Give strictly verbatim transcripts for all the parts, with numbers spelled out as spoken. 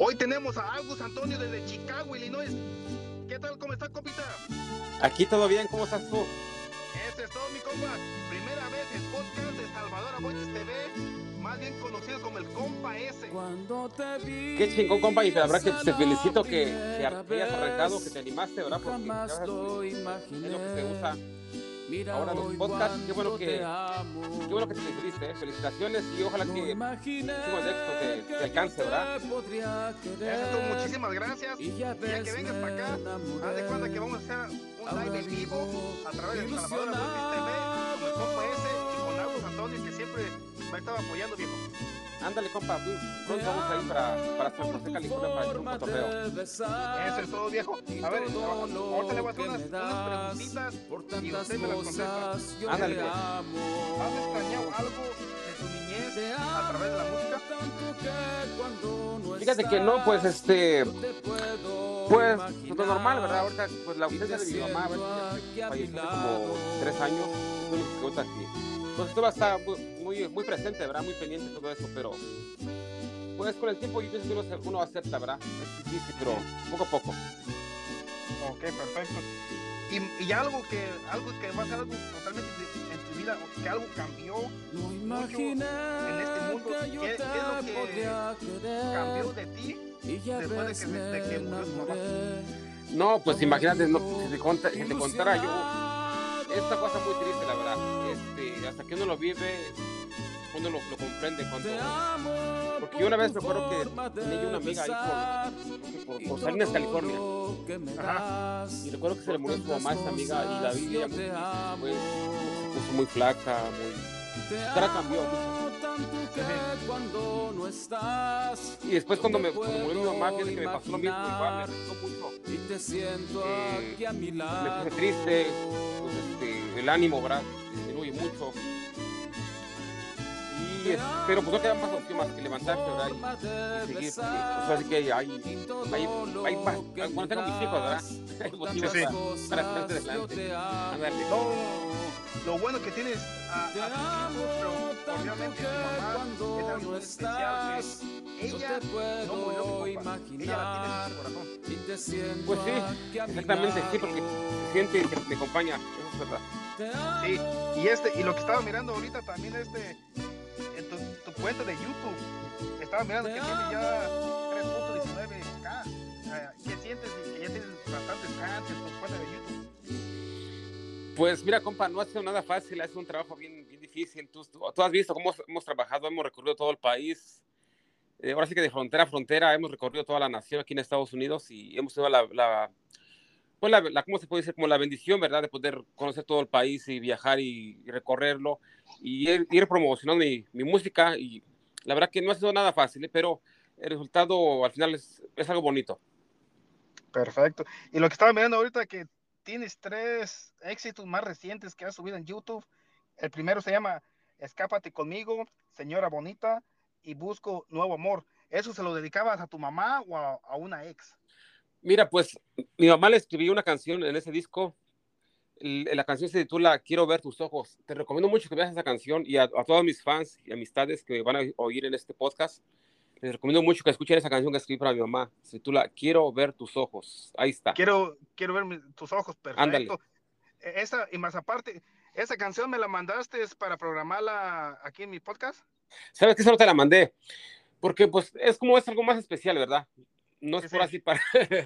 Hoy tenemos a Agus Antonio desde Chicago, Illinois. ¿Qué tal? ¿Cómo está, compita? Aquí todo bien, ¿cómo estás tú? Ese es todo, mi compa. Primera vez el podcast de Salvador Aboites T V, más bien conocido como el Compa S. Qué chingón, compa, y la verdad que te felicito que, que hayas arrancado, que te animaste, ¿verdad? Porque ya ves, es lo que se usa ahora los podcasts. Qué bueno que, qué bueno que te decidiste, ¿eh? Felicitaciones y ojalá que un chingo de éxito te, te alcance, ¿verdad? Eso, muchísimas gracias. Y ya que vengas para acá, haz de cuenta que vamos a hacer un live en vivo a través de Salvador Aboites T V con el Compa S y con Agus Antonio, que siempre me estaba apoyando, viejo. Ándale, compa, pronto vamos a ir para, para San José, California, para hacer un cotorreo. Eso es todo, viejo. A ver, ahorita le voy a hacer unas, unas preguntitas y usted me las contesta. Ándale, pues. ¿Has extrañado algo de tu niñez a través de la música? Fíjate que no, pues, este, pues, pues lo normal, ¿verdad? Ahorita, pues, la ausencia de mi mamá, ¿verdad? Falleció hace como tres años, es lo único que ahorita que pues esto va a estar muy, muy presente, ¿verdad? Muy pendiente de todo eso, pero pues con el tiempo yo pienso que uno, uno acepta, ¿verdad? Es difícil, pero poco a poco. Ok, perfecto. Y, y algo que algo que va a ser algo totalmente en tu vida, que algo cambió mucho en este mundo. ¿Qué, qué es lo que cambió de ti después de que, de que murió tu mamá? No, pues imagínate, no, si, te conta, si te contara yo esta cosa muy triste, la verdad. Este, hasta que uno lo vive, uno lo, lo comprende cuando. Porque yo una vez recuerdo que tenía yo una amiga ahí por, por, por Salinas, California. Ajá. Y recuerdo que se le murió su mamá a esta amiga y la vi ya muy triste. Pues, se puso muy flaca, muy. Su cara cambió mucho. Y después cuando me cuando murió mi mamá, fíjate que me pasó lo mismo, igual me afectó mucho. Eh, me puse triste, pues este, el ánimo, ¿verdad? Disminuye mucho. Y, es, pero pues no queda más opción más que levantarse, ¿verdad? Y, y seguir, porque pues así que hay, hay, hay, hay más, cuando tengo mis hijos, ¿verdad? Hay motivos sí, sí. para, para estar adelante. Ándale. No, lo bueno que tienes a, a tus hijos, pero obviamente tu mamá es algo muy especial, que ella no murió, mi compa, ella la tiene en su corazón. Pues sí, exactamente, sí, porque se siente que te acompaña, eso es verdad. Sí, y este, y lo que estaba mirando ahorita también este, en tu, tu cuenta de YouTube, estaba mirando que tiene ya tres punto diecinueve K. ¿Qué sientes que ya tienes bastantes fans en tu cuenta de YouTube? Pues mira, compa, no ha sido nada fácil, ha sido un trabajo bien, bien difícil. Tú, tú, tú has visto cómo hemos trabajado, hemos recorrido todo el país. Eh, ahora sí que de frontera a frontera hemos recorrido toda la nación aquí en Estados Unidos y hemos tenido la, la pues la, la, ¿cómo se puede decir? Como la bendición, ¿verdad? De poder conocer todo el país y viajar y, y recorrerlo y ir, ir promocionando mi, mi música. Y la verdad que no ha sido nada fácil, ¿eh? Pero el resultado al final es, es algo bonito. Perfecto. Y lo que estaba mirando ahorita, que tienes tres éxitos más recientes que has subido en YouTube. El primero se llama Escápate conmigo, Señora Bonita, y Busco Nuevo Amor. ¿Eso se lo dedicabas a tu mamá o a, a una ex? Mira, pues mi mamá le escribió una canción en ese disco. La canción se titula Quiero ver tus ojos. Te recomiendo mucho que veas esa canción y a, a todos mis fans y amistades que van a oír en este podcast. Les recomiendo mucho que escuchen esa canción que escribí para mi mamá. Se titula Quiero ver tus ojos. Ahí está. Quiero, quiero ver mi, tus ojos. Perfecto. Ándale. Esa, y más aparte, ¿esa canción me la mandaste para programarla aquí en mi podcast? ¿Sabes qué? Solo te la mandé. Porque pues es como es algo más especial, ¿verdad? No es Sí, por sí. así para...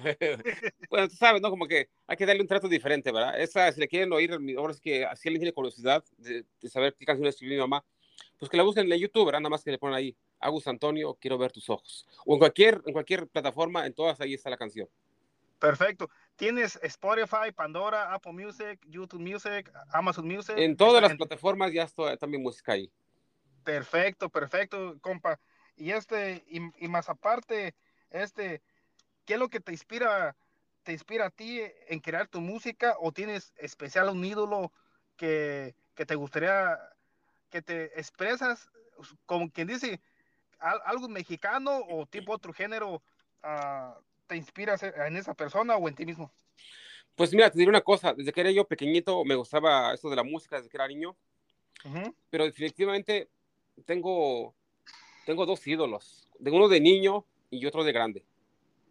bueno, tú sabes, ¿no? Como que hay que darle un trato diferente, ¿verdad? Esa, si le quieren oír, ahora es que si alguien tiene curiosidad de, de saber qué canción escribió mi mamá, pues que la busquen en YouTube, ¿verdad? Nada más que le ponen ahí, Agus Antonio, quiero ver tus ojos. O en cualquier, en cualquier plataforma, en todas ahí está la canción. Perfecto. ¿Tienes Spotify, Pandora, Apple Music, YouTube Music, Amazon Music? En todas Está las en... plataformas ya está también música ahí. Perfecto, perfecto, compa. Y este, y, y más aparte, este, ¿qué es lo que te inspira, te inspira a ti en crear tu música? ¿O tienes especial un ídolo que, que te gustaría, que te expresas, como quien dice, algo mexicano o tipo otro género, uh, te inspiras en esa persona o en ti mismo? Pues mira, te diré una cosa, desde que era yo pequeñito me gustaba esto de la música, desde que era niño, uh-huh. Pero definitivamente tengo, tengo dos ídolos, de uno de niño y otro de grande.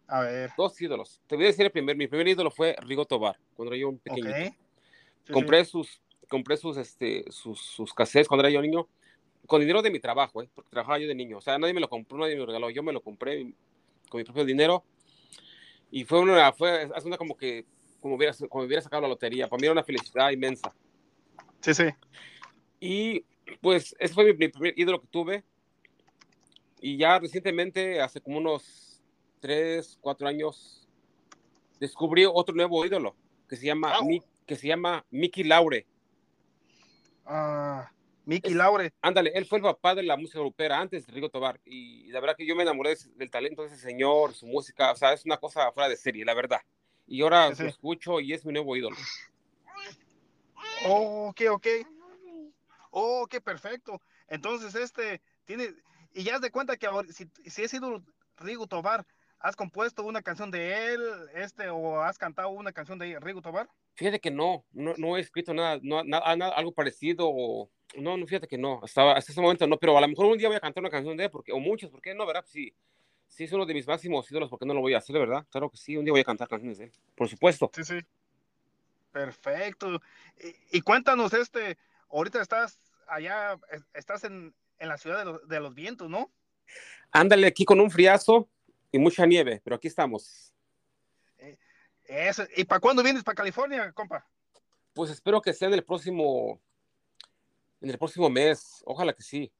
A ver, Dos ídolos. Te voy a decir el primer, mi primer ídolo fue Rigo Tobar, cuando era yo un ok. pequeñito. Sí, sí. Compré sus, compré sus, este, sus, sus cassettes cuando era yo niño, con dinero de mi trabajo, ¿eh? Porque trabajaba yo de niño. O sea, nadie me lo compró, nadie me lo regaló. Yo me lo compré con mi propio dinero. Y fue una, fue, hace una como que, como hubiera, como hubiera sacado la lotería. Para mí era una felicidad inmensa. Sí, sí. Y pues ese fue mi, mi primer ídolo que tuve. Y ya recientemente, hace como unos tres, cuatro años, descubrí otro nuevo ídolo que se llama, Ah, que se llama Mickey Laure. uh, Mickey Es, Laure. ándale, él fue el papá de la música europea antes de Rigo Tobar. Y la verdad que yo me enamoré del talento de ese señor, su música. O sea, es una cosa fuera de serie, la verdad. Y ahora Sí, lo sí. escucho y es mi nuevo ídolo. Oh, ok, ok. Oh, qué perfecto. Entonces, este tiene. Y ya has de cuenta que ahora, si, si he sido Rigo Tobar, ¿has compuesto una canción de él, este, o has cantado una canción de Rigo Tobar? Fíjate que no, no, no he escrito nada, no, nada, nada, algo parecido. O, no, no, fíjate que no. Hasta, hasta ese momento no, pero a lo mejor un día voy a cantar una canción de él, porque, o muchos, ¿por qué no, verdad? Sí, sí es uno de mis máximos ídolos, ¿por qué no lo voy a hacer, verdad? Claro que sí, un día voy a cantar canciones de él, por supuesto. Sí, sí. Perfecto. Y, y cuéntanos, este, ahorita estás allá, es- estás en, en la ciudad de los, de los vientos, ¿no? Ándale aquí con un friazo y mucha nieve, pero aquí estamos. Eh, eso. ¿Y para cuándo vienes para California, compa? Pues espero que sea en el próximo, en el próximo mes, ojalá que sí.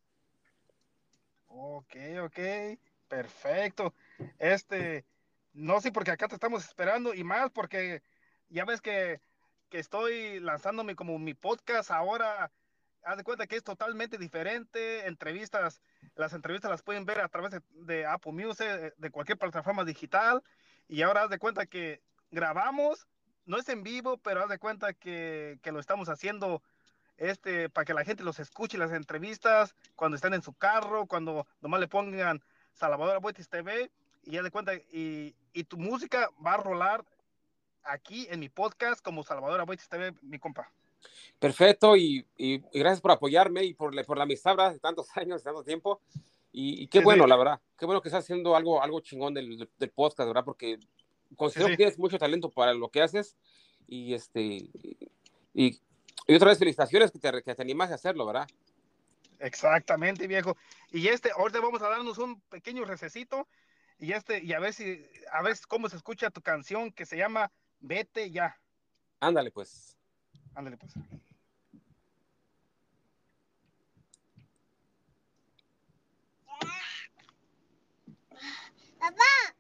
Ok, ok, perfecto. Este, no sé, porque acá te estamos esperando y más porque ya ves que, que estoy lanzándome como mi podcast ahora. Haz de cuenta que es totalmente diferente. Entrevistas, las entrevistas las pueden ver a través de, de Apple Music, de, de cualquier plataforma digital. Y ahora haz de cuenta que grabamos, no es en vivo, pero haz de cuenta que, que lo estamos haciendo este, para que la gente los escuche las entrevistas cuando están en su carro, cuando nomás le pongan Salvador Abuetis T V y ya de cuenta, y, y tu música va a rolar aquí en mi podcast como Salvador Abuetis T V, mi compa. Perfecto, y, y, y gracias por apoyarme y por, por la amistad, ¿verdad? De tantos años, de tanto tiempo. Y, y qué Sí, sí, bueno, la verdad, qué bueno que estás haciendo algo, algo chingón del, del podcast, ¿verdad? Porque sí, considero que sí, tienes mucho talento para lo que haces. Y este y, y otra vez felicitaciones que te, que te animas a hacerlo, ¿verdad? exactamente, viejo. Y este, ahorita vamos a darnos un pequeño recesito y este, y a ver si, a ver cómo se escucha tu canción que se llama Vete ya. Ándale, pues. Ándale, pues. Papá.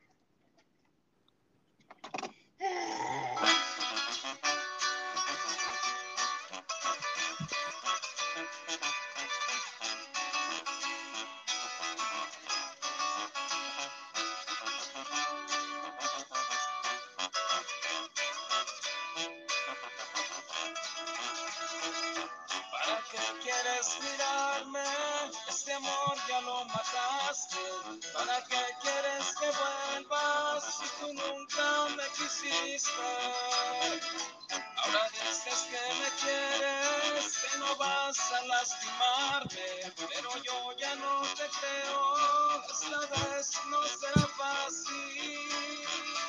¿Para qué quieres mirarme? Este amor ya lo mataste. ¿Para qué quieres que vuelvas si tú nunca me quisiste? Ahora dices que me quieres, que no vas a lastimarme, pero yo ya no te creo. Esta vez no será fácil.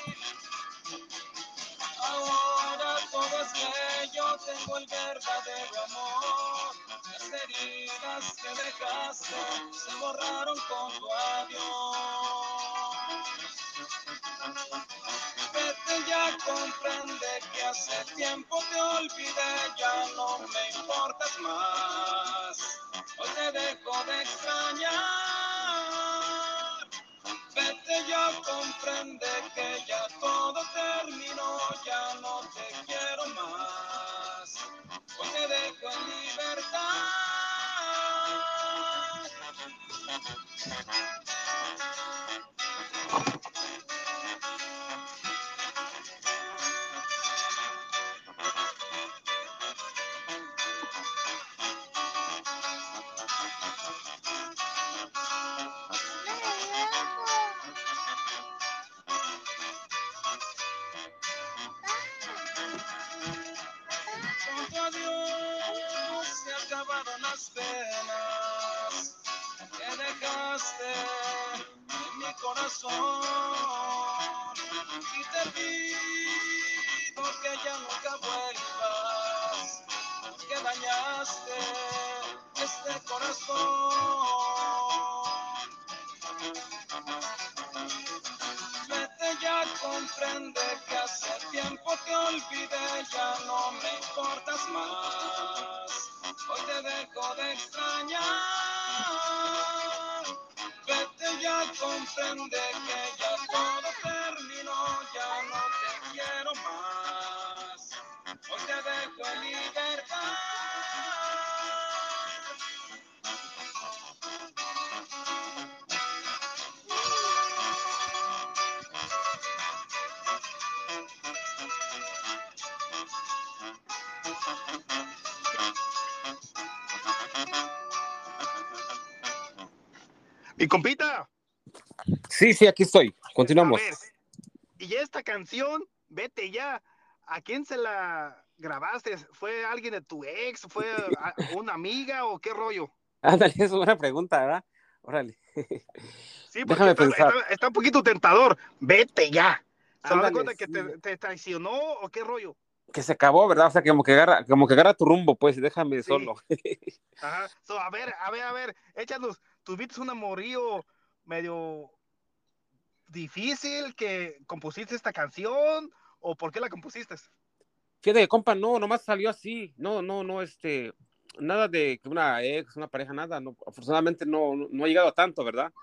Ahora todo es bello, tengo el verdadero amor. Las heridas que dejaste se borraron con tu adiós. Vete ya, comprende que hace tiempo te olvidé, ya no me importas más. Hoy te dejo de extrañar. Vete ya, comprende que ya todo terminó, ya no te quiero más. Hoy te dejo en libertad. Con tu adiós se acabaron las penas que dejaste en mi corazón. te pido que ya nunca vuelvas, porque dañaste este corazón. Vete ya, comprende que hace tiempo te olvidé, ya no me importas más. Hoy te dejo de extrañar. Vete ya, comprende que ya todo terminó, ya no te quiero más. Hoy te dejo en libertad. Mi compita. Sí, sí, aquí estoy. Continuamos. A ver, y esta canción, Vete ya, ¿a quién se la grabaste? ¿Fue alguien de tu ex? ¿Fue a, una amiga o qué rollo? Ándale, es una buena pregunta, ¿verdad? Órale. Sí, porque Déjame está, pensar. está, está un poquito tentador. Vete ya. ¿Se das Ándale, cuenta que sí. te, te traicionó o qué rollo? Que se acabó, ¿verdad? O sea, que como que agarra, como que agarra tu rumbo, pues, y déjame Sí. solo. Ajá. So, a ver, a ver, a ver, échanos. ¿Tuviste un amorío medio difícil que compusiste esta canción? ¿O por qué la compusiste? Fíjate que, compa, no, nomás salió así. No, no, no, este, nada de que una ex, una pareja, nada. No, afortunadamente no, no, no ha llegado a tanto, ¿verdad?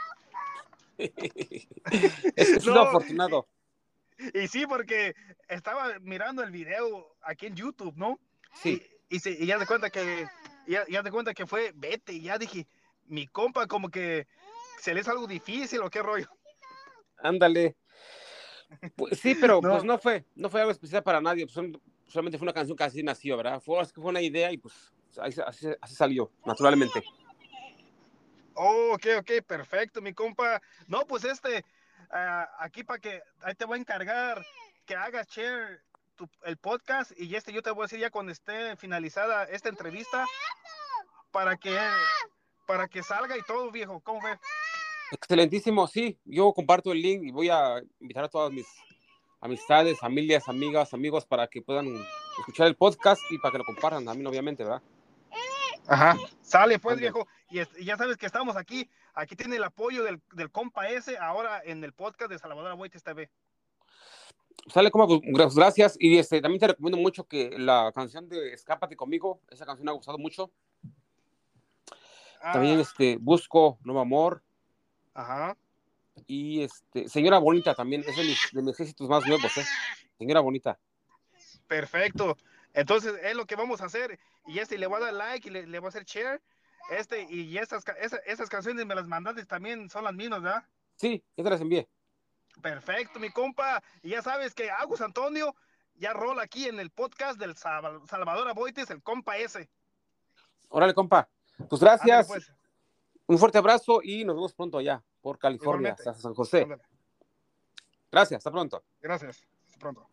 Es, es sido No, afortunado. y, y sí, porque estaba mirando el video aquí en YouTube, ¿no? Y, Sí, y, se, y ya de cuenta que ya, ya de cuenta que fue Vete, y ya dije, mi compa como que se le hizo algo difícil o qué rollo. ándale. Pues, sí, pero pues No, no fue, no fue algo especial para nadie. Pues, son- solamente fue una canción que así nació, ¿verdad? Fue, es que fue una idea y pues así, así, así salió, naturalmente. oh, ok, ok, perfecto, mi compa. No, pues este, uh, aquí para que, ahí te voy a encargar que hagas share tu, el podcast y este yo te voy a decir ya cuando esté finalizada esta entrevista para que, para que salga y todo, viejo, ¿cómo ves? Excelentísimo, sí. Yo comparto el link y voy a invitar a todas mis amistades, familias, amigas, amigos para que puedan escuchar el podcast y para que lo compartan también, obviamente, ¿verdad? Ajá, sale pues, Ándale. viejo, y, es, y ya sabes que estamos aquí, aquí tiene el apoyo del, del compa ese, ahora en el podcast de Salvador Aboites T V. Sale como gracias y este, también te recomiendo mucho que la canción de Escápate conmigo, esa canción me ha gustado mucho. También Ah, este, Busco Nuevo Amor ajá, y este, Señora Bonita también, es de mis, de mis éxitos más nuevos, ¿eh? Señora Bonita. perfecto. Entonces es lo que vamos a hacer, y este le voy a dar like y le, le voy a hacer share, este, y estas, esas, esas canciones me las mandaste también, son las mismas, ¿verdad? Sí, ya te las envié. Perfecto, mi compa, y ya sabes que Agus Antonio ya rola aquí en el podcast del Salvador Aboites, el compa ese. Órale, compa. Pues Ándale gracias, pues, un fuerte abrazo y nos vemos pronto allá por California, igualmente, hasta San José. ándale, Gracias, hasta pronto. gracias, hasta pronto.